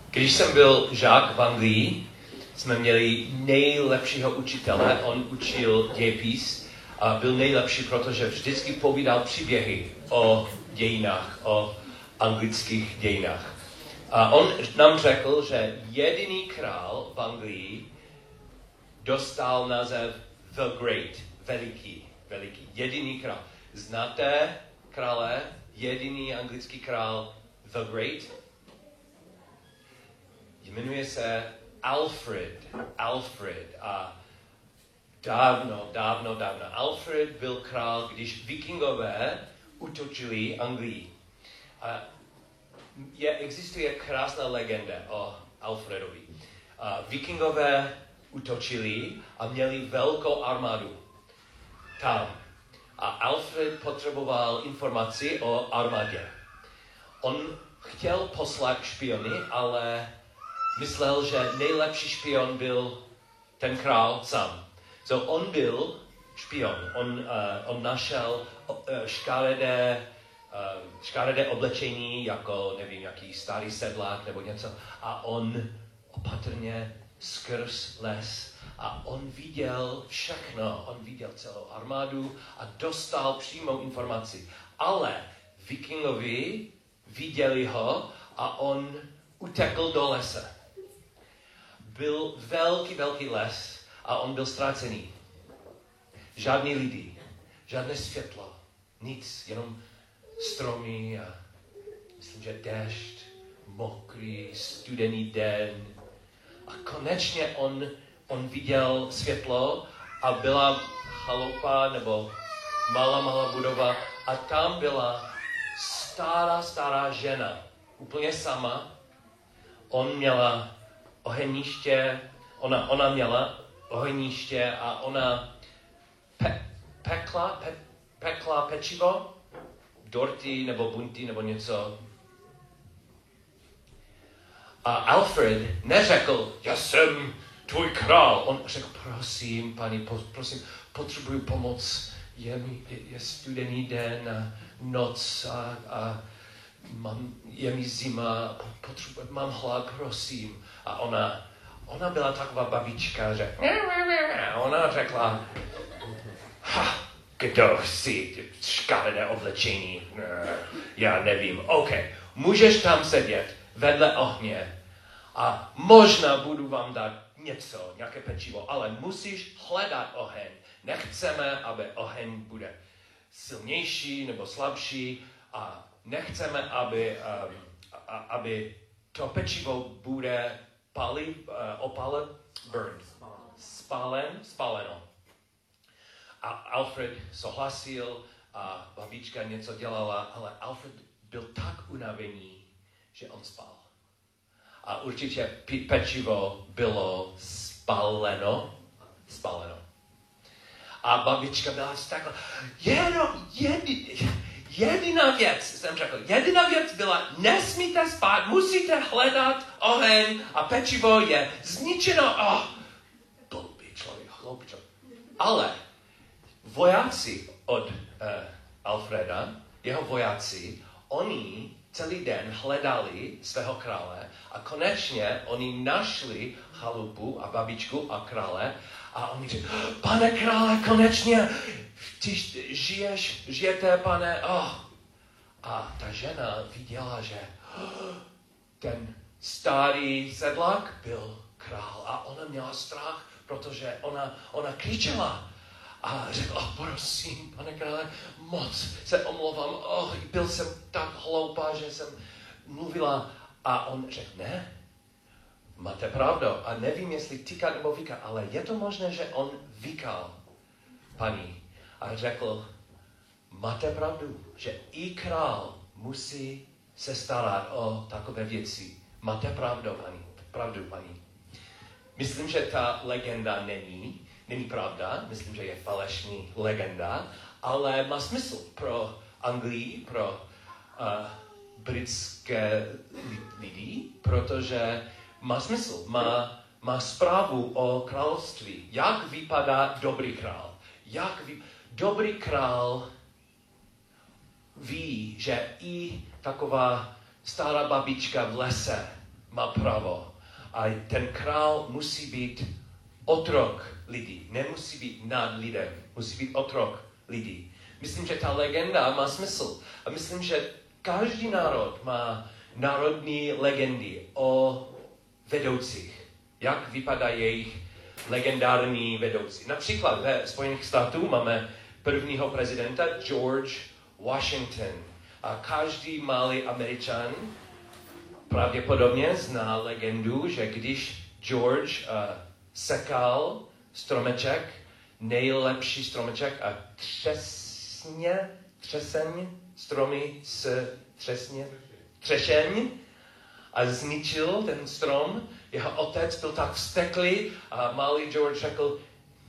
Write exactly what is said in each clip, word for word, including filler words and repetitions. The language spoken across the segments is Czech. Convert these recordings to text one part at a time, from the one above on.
Když jsem byl žák v Anglii, jsme měli nejlepšího učitele, on učil dějepis a byl nejlepší, protože vždycky povídal příběhy o dějinách, o anglických dějinách. A on nám řekl, že jediný král v Anglii dostal název The Great, veliký, veliký, jediný král. Znáte krále, jediný anglický král The Great? Jmenuje se Alfred, Alfred a dávno, dávno, dávno. Alfred byl král, když vikingové útočili Anglii. A je, existuje krásná legenda o Alfredovi. A vikingové útočili a měli velkou armádu tam. A Alfred potřeboval informaci o armádě. On chtěl poslat špiony, ale myslel, že nejlepší špion byl ten král sám. So on byl špion. On, uh, on našel uh, škaredé, uh, škaredé oblečení, jako nevím, jaký starý sedlák nebo něco. A on opatrně skrz les a on viděl všechno. On viděl celou armádu a dostal přímou informaci. Ale vikingovi viděli ho a on utekl do lesa. Byl velký, velký les a on byl ztracený. Žádný lidi, žádné světlo, nic, jenom stromy a myslím, že déšť, mokrý, studený den. A konečně on, on viděl světlo a byla chalupa nebo malá, malá budova a tam byla stará, stará žena, úplně sama. On měla oheniště, ona, ona měla oheniště a ona pe, pekla, pe, pekla pečivo, dorty nebo bunty nebo něco. A Alfred neřekl, já jsem tvůj král. On řekl, prosím, paní, prosím, potřebuji pomoc. Je, mi, je, je studený den a noc a, a mám, je mi zima, potřebuji, mám hlad, prosím. A ona, ona byla taková babička, že ona řekla, ha, kdo jsi, škaredé oblečení, já nevím, OK, můžeš tam sedět vedle ohně a možná budu vám dát něco, nějaké pečivo, ale musíš hledat oheň. Nechceme, aby oheň bude silnější nebo slabší a nechceme, aby, um, a, aby to pečivo bude pali, uh, opale, burned, spálen, spáleno. A Alfred souhlasil a babička něco dělala, ale Alfred byl tak unavený, že on spal. A určitě pečivo bylo spáleno, spáleno. A babička byla takhle, jenom jedi, jediná věc, jsem řekl, jediná věc byla, nesmíte spát, musíte hledat oheň a pečivo je zničeno. Oh, blbý člověk, hloupý člověk. Ale vojáci od uh, Alfreda, jeho vojáci, oni celý den hledali svého krále a konečně oni našli chalupu a babičku a krále a oni řekli, pane krále, konečně, ty žiješ, žijete, pane, oh. A ta žena viděla, že oh, ten starý sedlák byl král a ona měla strach, protože ona, ona křičela. A řekl, oh, prosím, pane krále, moc se omlouvám, oh, byl jsem tak hloupá, že jsem mluvila. A on řekl, ne, máte pravdu. A nevím, jestli tykat nebo vykat, ale je to možné, že on vykal paní. A řekl, máte pravdu, že i král musí se starat o takové věci. Máte pravdu, paní. Pravdu, paní. Myslím, že ta legenda není, Není pravda, myslím, že je falešný legenda, ale má smysl pro Anglii, pro uh, britské lidi, protože má smysl, má, má zprávu o království. Jak vypadá dobrý král? Jak vy... Dobrý král ví, že i taková stará babička v lese má právo. A ten král musí být otrok lidí. Nemusí být nad lidem. Musí být otrok lidí. Myslím, že ta legenda má smysl. A myslím, že každý národ má národní legendy o vedoucích. Jak vypadá jejich legendární vedoucí. Například ve Spojených států máme prvního prezidenta George Washington. A každý malý Američan pravděpodobně zná legendu, že když George uh, sekal stromeček, nejlepší stromeček a třesně, třeseň, stromy s třesně, třešeň a zničil ten strom, jeho otec byl tak vzteklý a malý George řekl,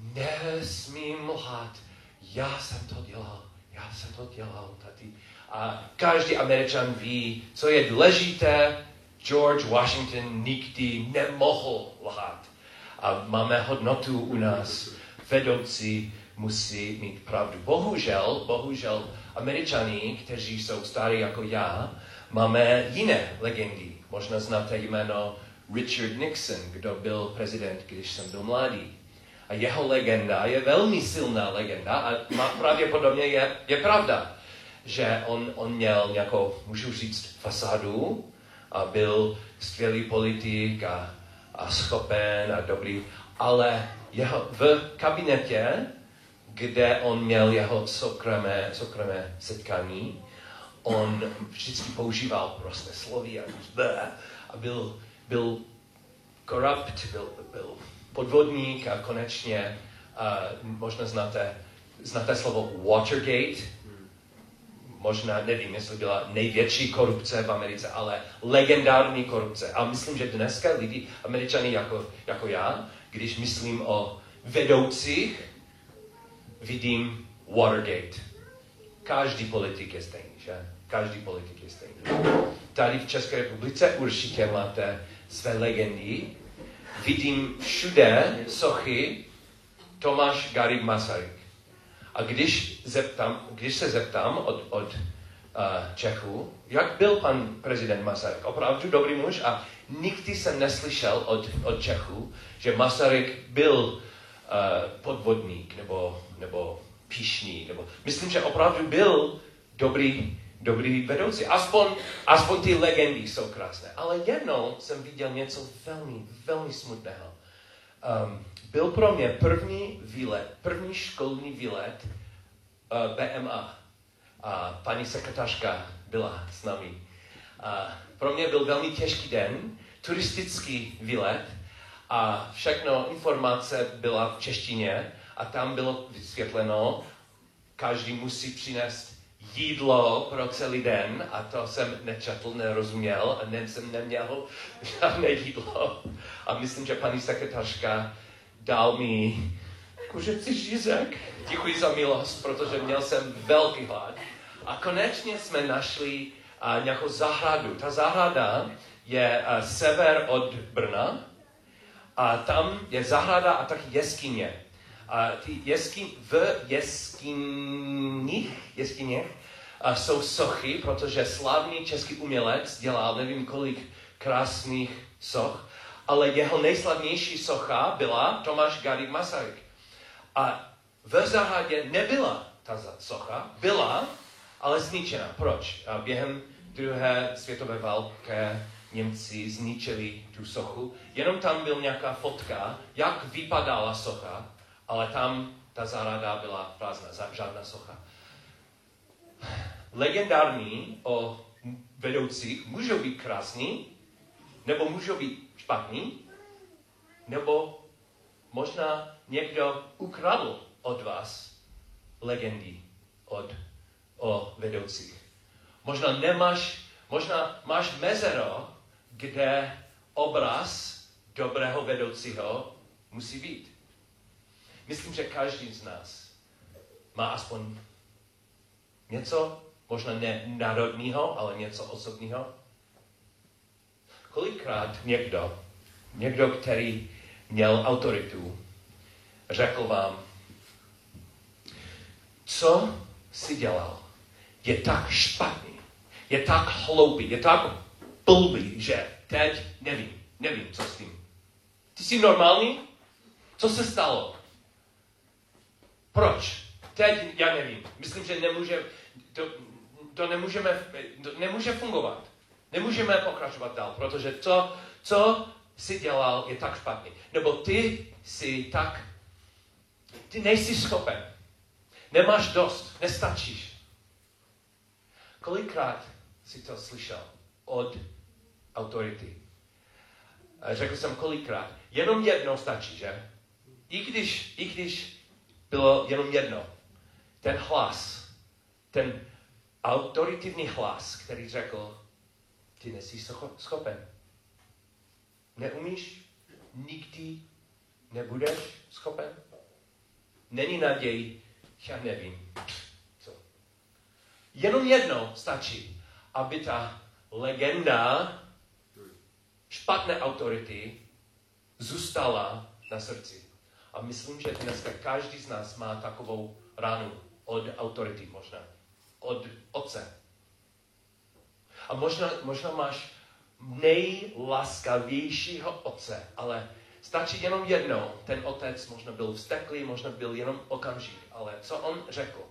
nesmím lhát, já jsem to dělal, já jsem to dělal, tati. A každý Američan ví, co je důležité, George Washington nikdy nemohl lhát. A máme hodnotu u nás, vedoucí musí mít pravdu. Bohužel, bohužel, Američani, kteří jsou starí jako já, máme jiné legendy. Možná znáte jméno Richard Nixon, kdo byl prezident, když jsem byl mladý. A jeho legenda je velmi silná legenda a má pravděpodobně je, je pravda, že on, on měl nějakou, můžu říct, fasádu a byl skvělý politik a, a schopen a dobrý, ale jeho, v kabinetě, kde on měl jeho soukromé, soukromé setkání, on vždycky používal prosté slovy a, a byl, byl corrupt, byl, byl podvodník a konečně, uh, možná znáte, znáte slovo Watergate, možná nevím, jestli byla největší korupce v Americe, ale legendární korupce. A myslím, že dneska lidi, Američani jako, jako já, když myslím o vedoucích, vidím Watergate. Každý politik je stejný, že? Každý politik je stejný. Tady v České republice určitě máte své legendy. Vidím všude sochy Tomáš Garrigue Masaryk. A když, zeptám, když se zeptám od, od uh, Čechů, jak byl pan prezident Masaryk, opravdu dobrý muž a nikdy jsem neslyšel od, od Čechů, že Masaryk byl uh, podvodník nebo, nebo pyšný. Nebo, myslím, že opravdu byl dobrý, dobrý vedoucí. Aspoň, aspoň ty legendy jsou krásné. Ale jednou jsem viděl něco velmi, velmi smutného. Um, byl pro mě první výlet, první školní výlet uh, B M A. A paní sekretářka byla s námi. A pro mě byl velmi těžký den, turistický výlet a všechno informace byla v češtině a tam bylo vysvětleno, každý musí přinést jídlo pro celý den a to jsem nečetl, nerozuměl a ne, jsem neměl žádné jídlo. A myslím, že paní sekretářka dal mi kuřecí žízek. Děkuji za milost, protože měl jsem velký hlad. A konečně jsme našli uh, nějakou zahradu. Ta zahrada je uh, sever od Brna a tam je zahrada a taky jeskyně. A ty jeskyň, v jeskyních, jeskyněch uh, jsou sochy, protože slavný český umělec dělal nevím kolik krásných soch, ale jeho nejslavnější socha byla Tomáš Garrigue Masaryk. A v zahradě nebyla ta socha, byla, ale zničena. Proč? A během druhé světové války Němci zničili tu sochu. Jenom tam byla nějaká fotka, jak vypadala socha, ale tam ta zahrada byla prázdná, žádná socha. Legendární o vedoucích můžou být krásný, nebo můžou být špatný, nebo možná někdo ukradl od vás legendy od, o vedoucích. Možná nemáš, možná máš mezero, kde obraz dobrého vedoucího musí být. Myslím, že každý z nás má aspoň něco, možná ne národního, ale něco osobního. Kolikrát někdo, někdo, který měl autoritu, řekl vám, co jsi dělal, je tak špatný, je tak hloupý, je tak blbý, že teď nevím, nevím, co s tím. Ty jsi normální? Co se stalo? Proč? Teď já nevím. Myslím, že nemůže, to, to nemůžeme, to nemůže fungovat. Nemůžeme pokračovat dál, protože to, co jsi dělal, je tak špatný. Nebo ty jsi tak, ty nejsi schopen. Nemáš dost, nestačíš. Kolikrát jsi to slyšel od autority? Řekl jsem kolikrát. Jenom jednou stačí, že? I když, i když bylo jenom jedno. Ten hlas, ten autoritativní hlas, který řekl, ty nejsi schopen. Neumíš? Nikdy nebudeš schopen? Není naději, já nevím. Co? Jenom jednou stačí, aby ta legenda špatné autority zůstala na srdci. A myslím, že dneska každý z nás má takovou ránu od autority možná. Od otce. A možná, možná máš nejlaskavějšího otce, ale stačí jenom jednou. Ten otec možná byl vzteklý, možná byl jenom okamžik, ale co on řekl,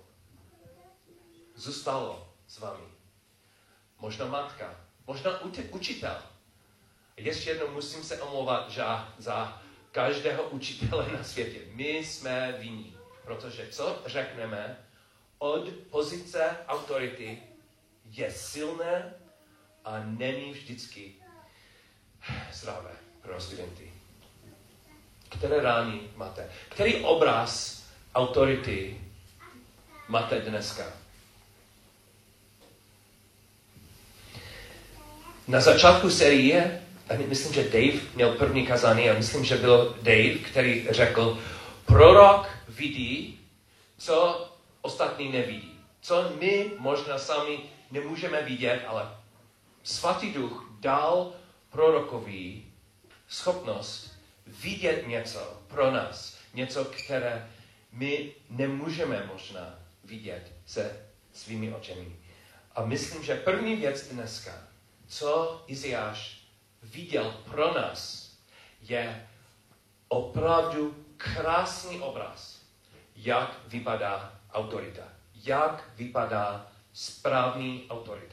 zůstalo s vámi. Možná matka, možná učitel. Ještě jednou musím se omlouvat za, za každého učitele na světě. My jsme vinní, protože co řekneme od pozice autority je silné a není vždycky zdravé pro studenty. Které rány máte? Který obraz autority máte dneska? Na začátku série, myslím, že Dave měl první kazání a myslím, že byl Dave, který řekl, prorok vidí, co ostatní nevidí. Co my možná sami nemůžeme vidět, ale Svatý Duch dal prorokovi schopnost vidět něco pro nás. Něco, které my nemůžeme možná vidět se svými očami. A myslím, že první věc dneska, co Izajáš viděl pro nás, je opravdu krásný obraz, jak vypadá autorita. Jak vypadá správný autorita.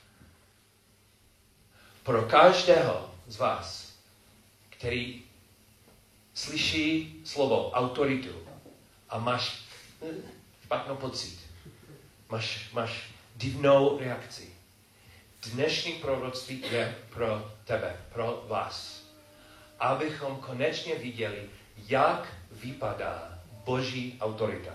Pro každého z vás, který slyší slovo autoritu a máš špatnou pocit, máš, máš divnou reakci. Dnešní proroctví je pro tebe, pro vás. Abychom konečně viděli, jak vypadá Boží autorita.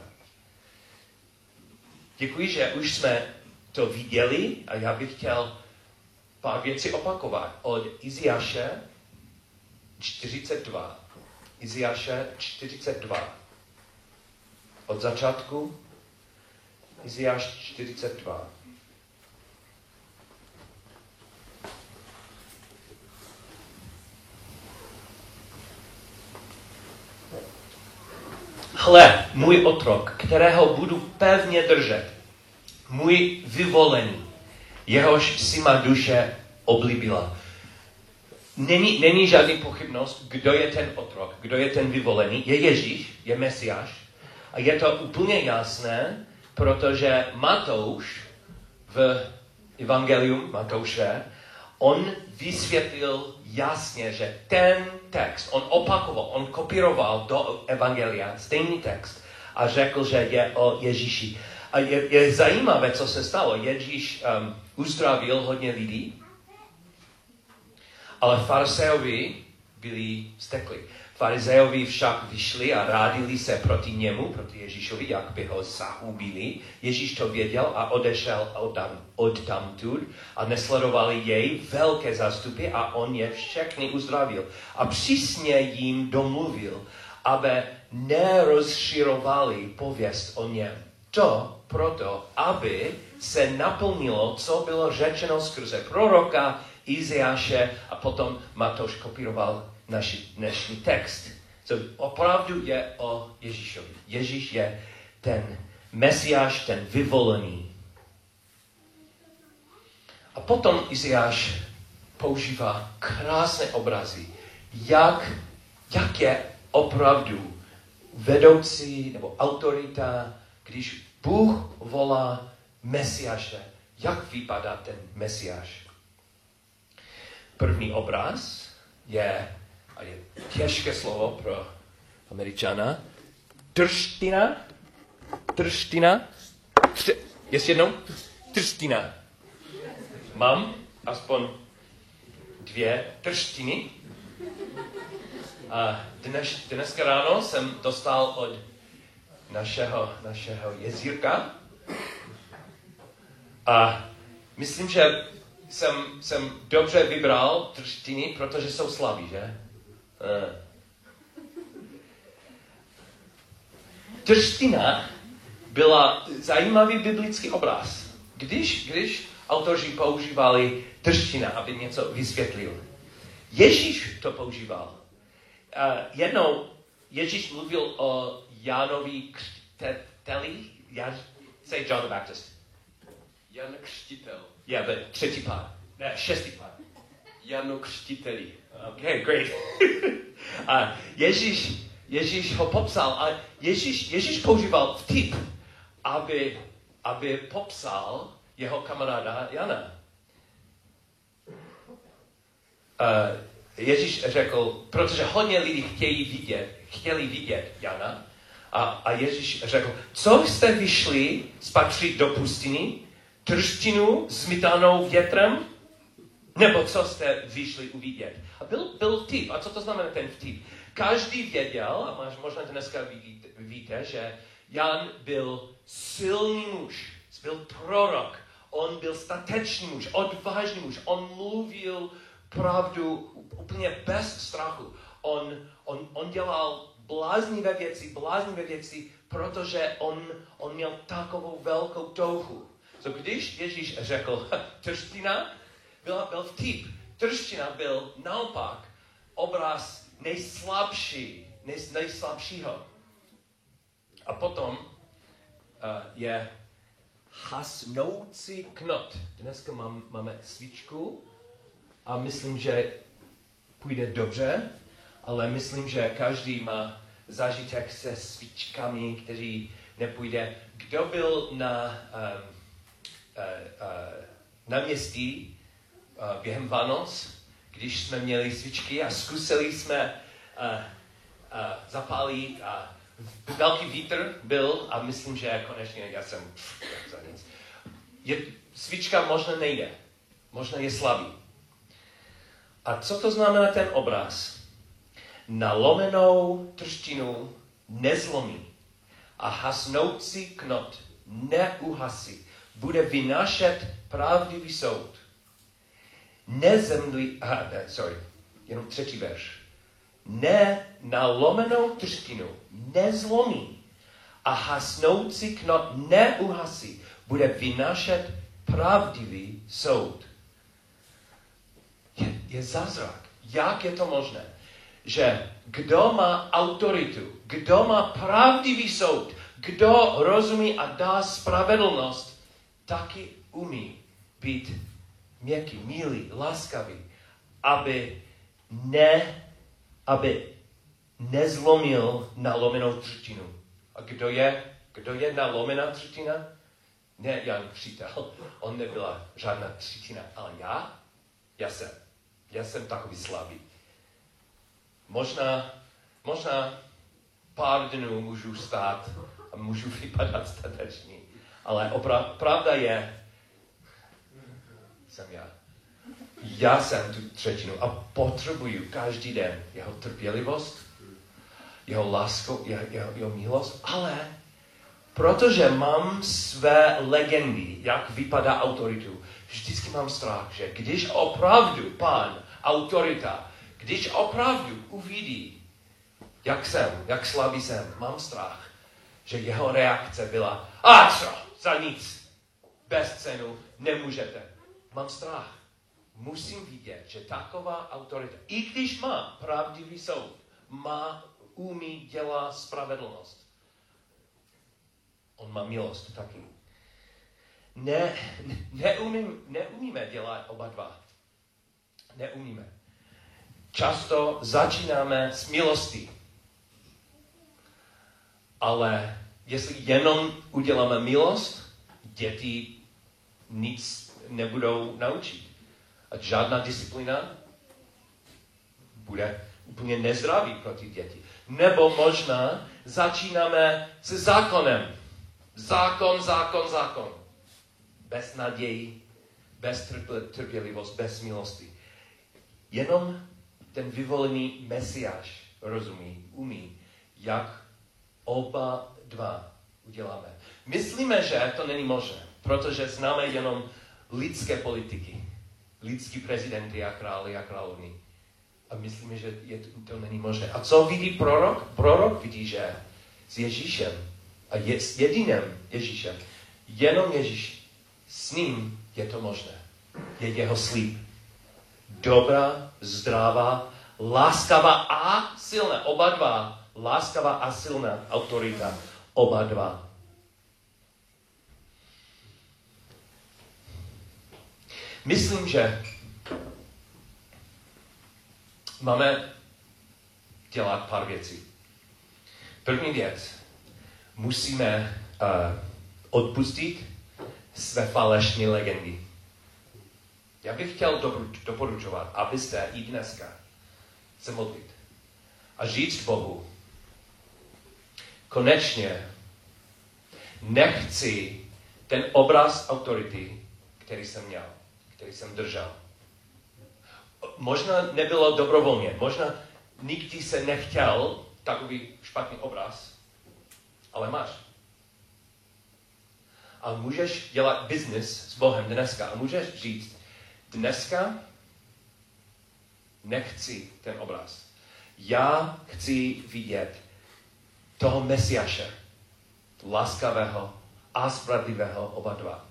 Děkuji, že už jsme to viděli a já bych chtěl pár věcí opakovat. Od Izajáše čtyřicet dva. Izajáše čtyřicet dva. Od začátku Izajáš čtyřicet dva. Hle, můj otrok, kterého budu pevně držet, můj vyvolený, jehož si má duše oblíbila. Není, není žádný pochybnost, kdo je ten otrok, kdo je ten vyvolený. Je Ježíš, je Mesiáš. A je to úplně jasné, protože Matouš v Evangelium Matouše, on vysvětlil jasně, že ten text, on opakoval, on kopíroval do Evangelia stejný text a řekl, že je o Ježíši. A je, je zajímavé, co se stalo. Ježíš um, uzdravil hodně lidí, ale farizeovi byli vztekli. Farizeovi však vyšli a rádili se proti němu, proti Ježíšovi, jak by ho zahubili. Ježíš to věděl a odešel odtamtud a nesledovali jej velké zástupy a on je všechny uzdravil. A přísně jim domluvil, aby nerozširovali pověst o něm. To proto, aby se naplnilo, co bylo řečeno skrze proroka Izajáše a potom Matouš kopíroval náš dnešní text. So, opravdu je o Ježíšovi. Ježíš je ten Mesiáš, ten vyvolený. A potom Izajáš používá krásné obrazy, jak, jak je opravdu vedoucí nebo autorita, když Bůh volá Mesiáše. Jak vypadá ten Mesiáš? První obraz je, a je těžké slovo pro Američana, trština, trština, Tr- ještě jednou, trština. Mám aspoň dvě trštiny. A dnes, dneska ráno jsem dostal od našeho, našeho jezírka. A myslím, že jsem, jsem dobře vybral trštiny, protože jsou slabí, že? Trština byla zajímavý biblický obraz. Když, když autoři používali trština, aby něco vysvětlil. Ježíš to používal. Uh, jednou Ježíš mluvil o Jánovi křtiteli. Jan, say John the Baptist. Jan Křtitel. Yeah, but třetí pár. Ne, šestý pár. Janu Křtiteli. Okay, great. A Ježíš, Ježíš ho popsal a Ježíš, Ježíš používal vtip, aby, aby popsal jeho kamaráda Jana. Uh, Ježíš řekl, protože hodně lidí chtějí vidět, chtěli vidět Jana, a, a Ježíš řekl, co jste vyšli spatřit do pustiny? Trštinu zmytanou větrem? Nebo co jste vyšli uvidět? A byl, byl vtip. A co to znamená ten vtip? Každý věděl, a možná dneska víte, víte, že Jan byl silný muž, byl prorok, on byl statečný muž, odvážný muž, on mluvil pravdu úplně bez strachu. On, on, on dělal bláznivé věci, bláznivé věci, protože on, on měl takovou velkou touhu. So, když Ježíš řekl, trština, byl, byl vtip. Trština byl naopak obraz nejslabší, nej, nejslabšího. A potom uh, je hasnoucí knot. Dneska mám, máme svíčku a myslím, že půjde dobře, ale myslím, že každý má zážitek se svíčkami, který nepůjde. Kdo byl na, um, uh, uh, na městí uh, během Vánoc, když jsme měli svíčky a zkusili jsme uh, uh, zapálit a velký vítr byl a myslím, že konečně já jsem pff, za nic. Je, svíčka možná nejde, možná je slabý. A co to znamená ten obraz? Nalomenou trštinu nezlomí a hasnoucí knot neuhasí. Bude vynášet pravdivý soud. Nezemlí, aha, ne, sorry, jenom třetí verš. Ne nalomenou trštinu nezlomí a hasnoucí knot neuhasí. Bude vynášet pravdivý soud. Je, je zázrak. Jak je to možné? Že kdo má autoritu, kdo má pravdivý soud, kdo rozumí a dá spravedlnost, taky umí být měkký, milý, laskavý, aby ne, aby nezlomil nalomenou třetinu. A kdo je, kdo je nalomená třetina? Ne Jan Křtitel, on nebyla žádná třetina, ale já, já jsem. Já jsem takový slabý. Možná, možná pár dnů můžu stát a můžu vypadat statečný. Ale opra- pravda je, jsem já. Já jsem tu třetinu a potřebuju každý den jeho trpělivost, jeho lásku, jeho, jeho, jeho milost, ale protože mám své legendy, jak vypadá autoritu, vždycky mám strach, že když opravdu pán, autorita, když opravdu uvidí, jak jsem, jak slabý jsem, mám strach, že jeho reakce byla, a co, za nic, bez cenu, nemůžete. Mám strach. Musím vidět, že taková autorita, i když má pravdivý soud, má, umí, dělá spravedlnost. On má milost taky. Ne, ne, neumím, neumíme dělat oba dva. neumíme. Často začínáme s milostí. Ale jestli jenom uděláme milost, děti nic nebudou naučit. A žádná disciplína bude úplně nezdravý pro ty děti. Nebo možná začínáme se zákonem. Zákon, zákon, zákon. Bez naději, bez trpělivost, bez milosti. Jenom ten vyvolený Mesiáš rozumí, umí, jak oba dva uděláme. Myslíme, že to není možné, protože známe jenom lidské politiky, lidský prezidenty a králi a královny. A myslíme, že je, to není možné. A co vidí prorok? Prorok vidí, že s Ježíšem a je, s jediným Ježíšem, jenom Ježíš, s ním je to možné. Je jeho slib. Dobrá, zdravá, láskavá a silná. Oba dva. Láskavá a silná autorita. Oba dva. Myslím, že máme dělat pár věcí. První věc. Musíme uh, odpustit své falešné legendy. Já bych chtěl doporučovat, abyste i dneska se modlit a říct Bohu, konečně nechci ten obraz autority, který jsem měl, který jsem držel. Možná nebylo dobrovolně, možná nikdy se nechtěl takový špatný obraz, ale máš. A můžeš dělat business s Bohem dneska a můžeš říct, dneska nechci ten obraz. Já chci vidět toho Mesiáše, láskavého a spravedlivého oba dva.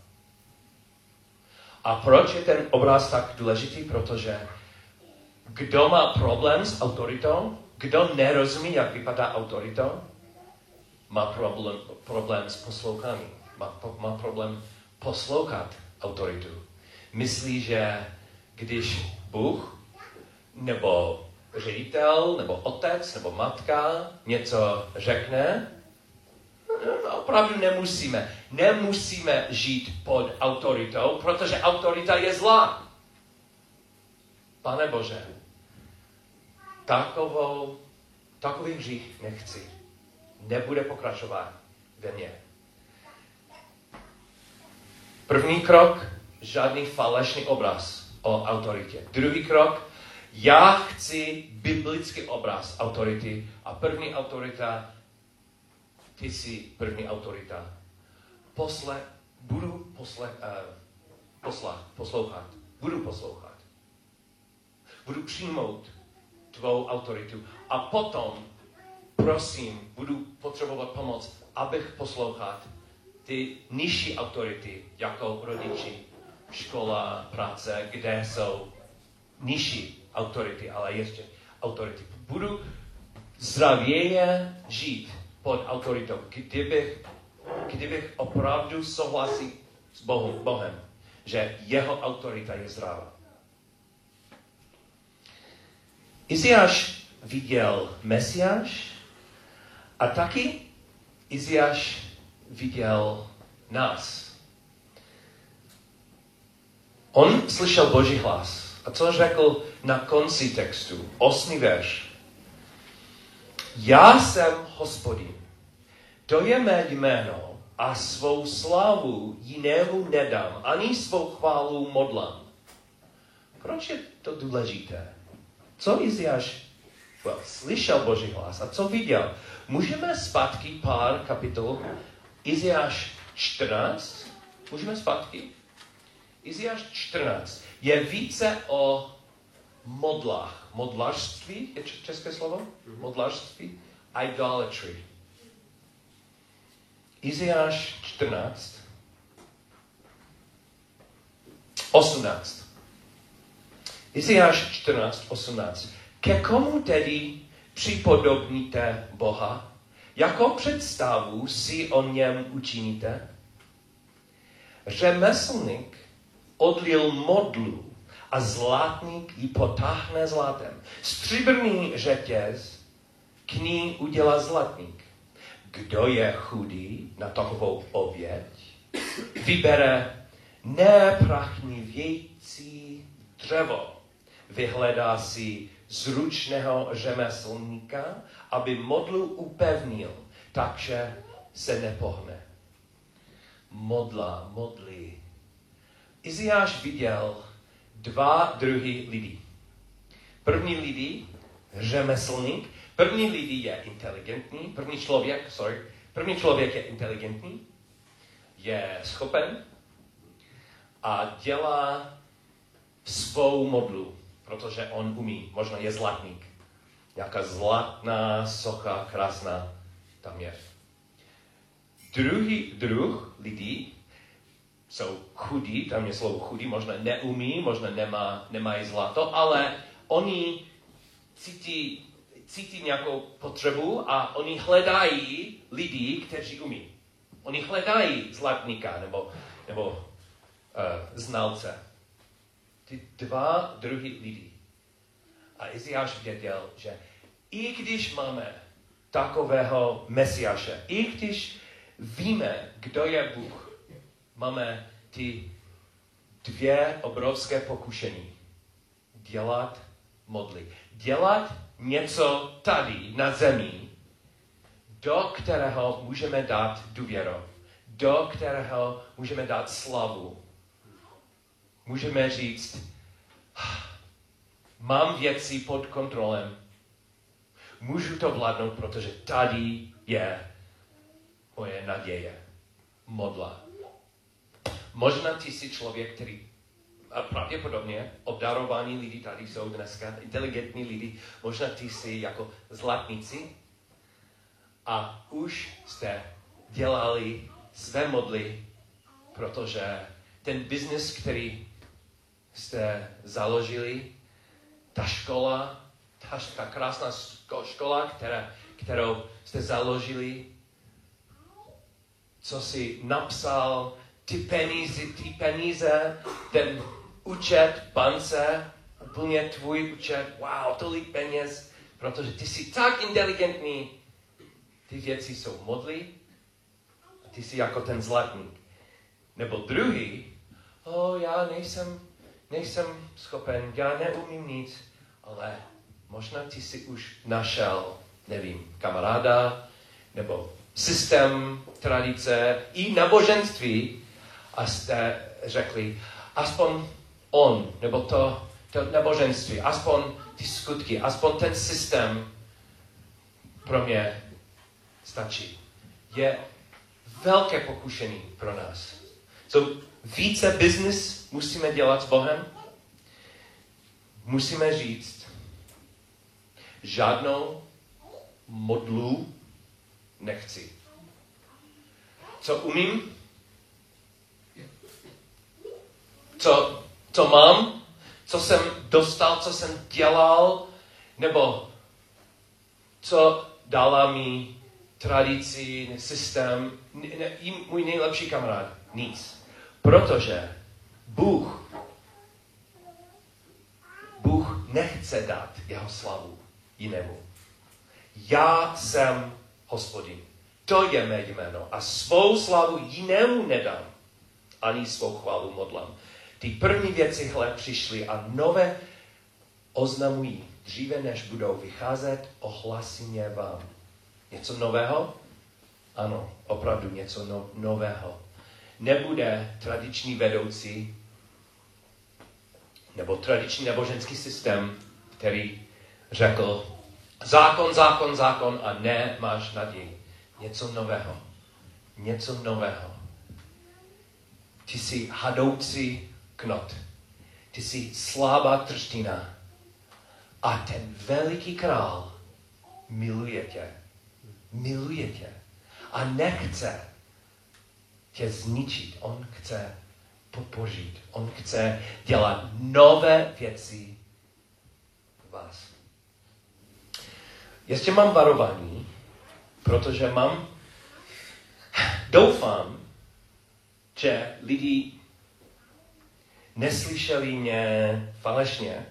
A proč je ten obraz tak důležitý? Protože kdo má problém s autoritou, kdo nerozumí, jak vypadá autorita, má problém, problém s posloucháním. Má, má problém poslouchat autoritu. Myslí, že když Bůh, nebo ředitel, nebo otec, nebo matka něco řekne, no, opravdu nemusíme. Nemusíme žít pod autoritou, protože autorita je zlá. Pane Bože, takovou, takový hřích nechci. Nebude pokračovat ve mně. První krok, žádný falešný obraz o autoritě. Druhý krok, já chci biblický obraz autority a první autorita, ty jsi první autorita. Posle, budu posle, uh, posla, poslouchat. Budu poslouchat. Budu přijmout tvou autoritu a potom, prosím, budu potřebovat pomoc, abych poslouchat ty nižší autority, jako rodiči, škola, práce, kde jsou nižší autority, ale ještě autority. Budu zdravěji žít pod autoritou, kdybych, kdybych opravdu souhlasil s Bohem, Bohem, že jeho autorita je zdravá. Izajáš viděl Mesiáš a taky Izajáš viděl nás. On slyšel Boží hlas. A co řekl na konci textu? Osmý verš. Já jsem Hospodin. To je mé jméno a svou slávu jinému nedám, ani svou chválu modlám. Proč je to důležité? Co Izajáš well, slyšel Boží hlas a co viděl? Můžeme zpátky pár kapitol. Izajáš čtrnáct. Můžeme zpátky? Izajáš čtrnáct je více o modlách. Modlařství je české slovo? Modlařství. Idolatry. Izajáš čtrnáct. osmnáct. Izajáš čtrnáct, osmnáct. Ke komu tedy připodobníte Boha? Jakou představu si o něm učiníte? Řemeslník odlil modlu a zlatník ji potáhne zlatem. Stříbrný řetěz k ní udělá zlatník. Kdo je chudý na takovou oběť, vybere neprachnivějící dřevo, vyhledá si zručného řemeslníka, aby modlu upevnil, takže se nepohne. Modla, modlí. Izajáš viděl dva druhy lidí. První lidi, řemeslník, první lidi je inteligentní, první člověk, sorry, první člověk je inteligentní, je schopen a dělá svou modlu, protože on umí, možná je zlatník. Nějaká zlatná socha, krásná, tam je. Druhý druh lidí jsou chudí, tam je slovo chudí, možná neumí, možná nemá, nemají zlato, ale oni cítí, cítí nějakou potřebu a oni hledají lidi, kteří umí. Oni hledají zlatníka nebo, nebo uh, znalce. Ty dva druhy lidí. A Izajáš věděl, že i když máme takového Mesiáše, i když víme, kdo je Bůh, máme ty dvě obrovské pokušení. Dělat modly. Dělat něco tady na zemi, do kterého můžeme dát důvěru, do kterého můžeme dát slavu. Můžeme říct, mám věci pod kontrolem, můžu to vládnout, protože tady je moje naděje, modla. Možná ty jsi člověk, který a pravděpodobně obdarovaní lidi tady jsou dneska, inteligentní lidi, možná ty jsi jako zlatníci a už jste dělali své modly, protože ten biznis, který jste založili, ta škola, ta, ta krásná škola, která, kterou jste založili, co jsi napsal, ty peníze, ty peníze, ten účet bance, úplně tvůj účet, wow, tolik peněz, protože ty jsi tak inteligentní, ty věci jsou modly a ty jsi jako ten zlatník. Nebo druhý, o, já nejsem, nejsem schopen, já neumím nic, ale možná ty jsi už našel, nevím, kamaráda, nebo systém, tradice i náboženství a jste řekli, aspoň on, nebo to, to náboženství, aspoň ty skutky, aspoň ten systém pro mě stačí. Je velké pokušení pro nás. So, více business musíme dělat s Bohem. Musíme říct, žádnou modlu nechci. Co umím? Co, co mám? Co jsem dostal? Co jsem dělal? Nebo co dala mi tradici, systém? Ne, můj nejlepší kamarád? Nic. Protože Bůh Bůh nechce dát jeho slavu jinému. Já jsem Hospodin. To je mé jméno. A svou slavu jinému nedám. Ani svou chválu modlám. Ty první věci hle přišly a nové oznamují. Dříve než budou vycházet, ohlasím je vám. Něco nového? Ano, opravdu něco no, nového. Nebude tradiční vedoucí nebo tradiční náboženský systém, který řekl zákon, zákon, zákon a ne máš naději. Něco nového. Něco nového. Ty jsi hadoucí knot. Ty jsi slabá třtina. A ten veliký král miluje tě. Miluje tě. A nechce tě zničit. On chce podpořit. On chce dělat nové věci v vás. Ještě mám varování, protože mám, doufám, že lidi neslyšeli mě falešně.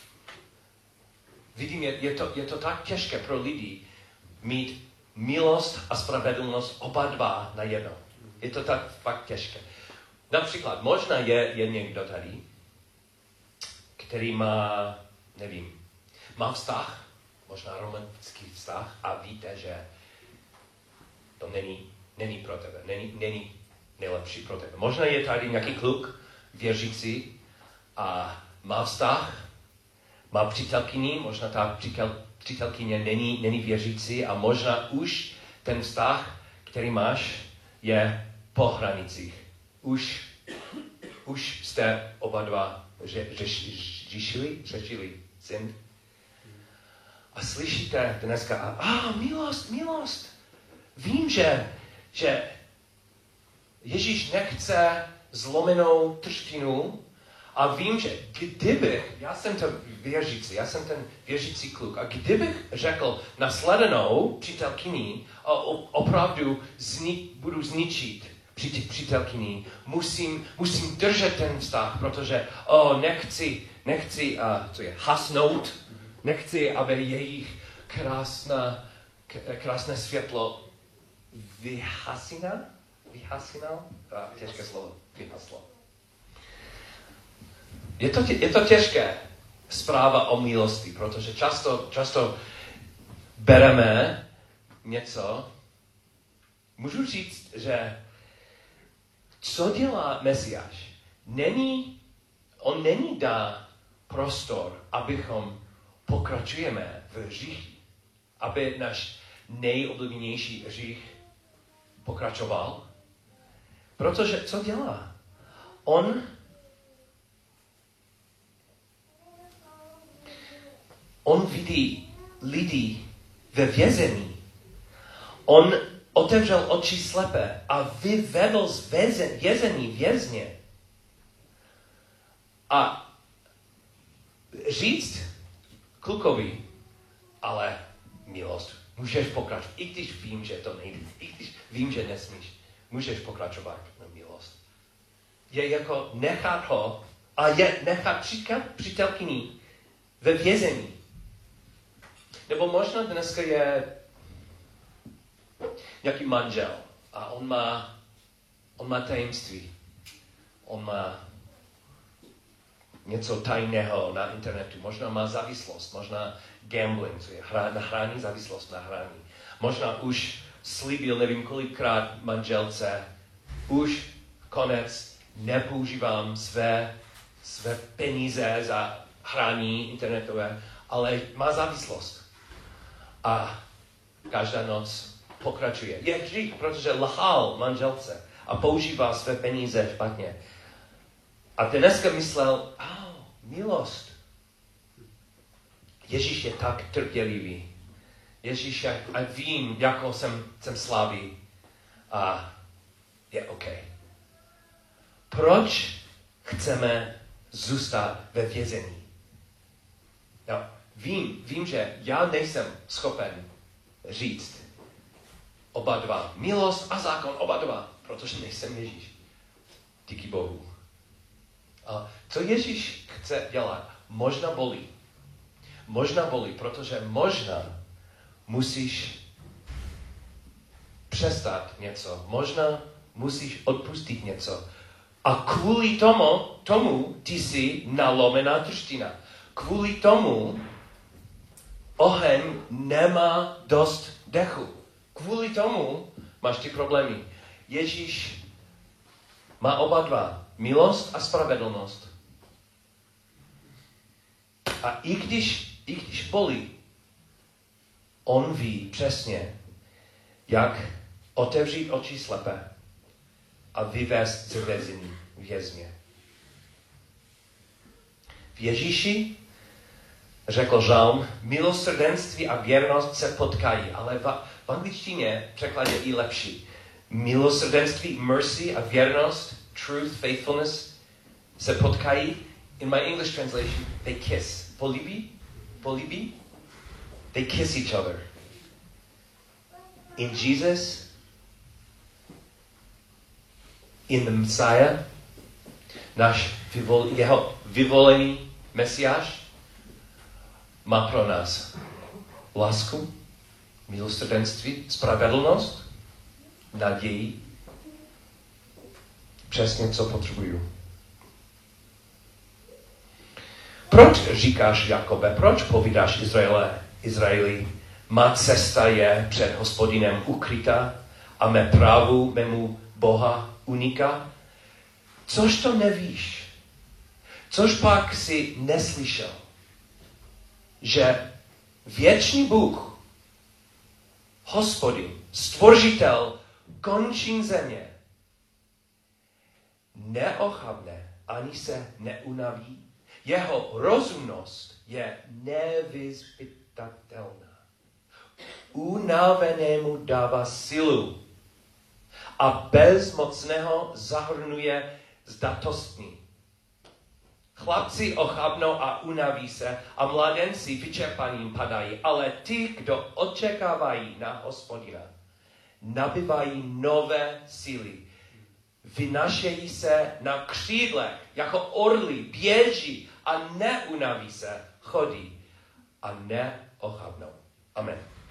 Vidím, je, je, to, je to tak těžké pro lidi mít milost a spravedlnost oba dva na jedno. Je to tak fakt těžké. Například, možná je, je někdo tady, který má, nevím, má vztah, možná romantický vztah a víte, že to není, není pro tebe, není, není nejlepší pro tebe. Možná je tady nějaký kluk, věřící a má vztah, má přítelkyni, možná ta přítel, přítelkyně není, není věřící a možná už ten vztah, který máš, je po hranicích. Už, už jste oba dva řešili, řešili syn. A slyšíte dneska, a ah, milost, milost. Vím, že, že Ježíš nechce zlomenou třtinu a vím, že kdybych, já jsem ten věřící, já jsem ten věřící kluk, a kdybych řekl nasledanou přítelkyni a opravdu zni, budu zničit přítelkyni, musím, musím držet ten vztah, protože oh, nechci, nechci, uh, co je, hasnout, nechci, aby jejich krásná, k, krásné světlo vyhasina, vyhasinal, ah, těžké slovo, vyhaslo. Je to, je to těžké zpráva o milosti, protože často, často bereme něco, můžu říct, že co dělá Mesiáš? Není, on není dá prostor, abychom pokračujeme v hříchy, aby náš nejoblíbenější hřích pokračoval. Protože co dělá? On On vidí lidi ve vězení. On otevřel oči slepé a vyvedl z vězení vězně. A říct klukovi, ale milost, můžeš pokračovat, i když vím, že to nejde, i když vím, že nesmíš, můžeš pokračovat na milost. Je jako nechat ho a je nechat přítelkyni ve vězení. Nebo možná dneska je nějaký manžel a on má, on má tajemství. On má něco tajného na internetu. Možná má závislost, možná gambling, co je hra, na hraní, závislost na hraní. Možná už slíbil nevím kolikrát manželce, už konec, nepoužívám své, své peníze za hraní internetové, ale má závislost. A každá noc pokračuje. Je hřích, protože lhal manželce a používá své peníze špatně. A dneska myslel, oh, milost. Ježíš je tak trpělivý. Ježíš, a vím, jakou jsem, jsem slabý. A je OK. Proč chceme zůstat ve vězení? No, vím, vím, že já nejsem schopen říct oba dva. Milost a zákon, oba dva. Protože nejsem Ježíš. Díky Bohu. A co Ježíš chce dělat? Možná bolí. Možná bolí, protože možná musíš přestat něco. Možná musíš odpustit něco. A kvůli tomu, tomu ty jsi nalomená třtina. Kvůli tomu oheň nemá dost dechu. Kvůli tomu máš ty problémy. Ježíš má oba dva. Milost a spravedlnost. A i když, i když bolí, on ví přesně, jak otevřít oči slepé a vyvést z vězení vězně. V Ježíši řekl žalm, milosrdenství a věrnost se potkají, ale v, v angličtině překlad je i lepší. Milosrdenství, mercy a věrnost, truth, faithfulness se potkají. In my English translation, they kiss. Políbí? Políbí? They kiss each other. In Jesus, in the Messiah, náš vyvol, jeho vyvolený Mesiáš má pro nás lásku, milosrdenství, spravedlnost, naději, přesně co potřebuju. Proč říkáš, Jakobe, proč povídáš Izraele, Izraeli, má cesta je před Hospodinem ukrytá a mé právu mému Boha uniká? Což to nevíš? Což pak si neslyšel? Že věčný Bůh, Hospodin, stvoržitel končin země, neochabne ani se neunaví. Jeho rozumnost je nevyzpytatelná. Unavenému dává silu a bezmocného zahrnuje zdatostní. Chlapci ochabnou a unaví se a mladenci vyčerpaním padají, ale ti, kdo očekávají na Hospodina, nabývají nové síly. Vynašejí se na křídlech jako orly, běží a neunaví se, chodí a neochabnou. Amen.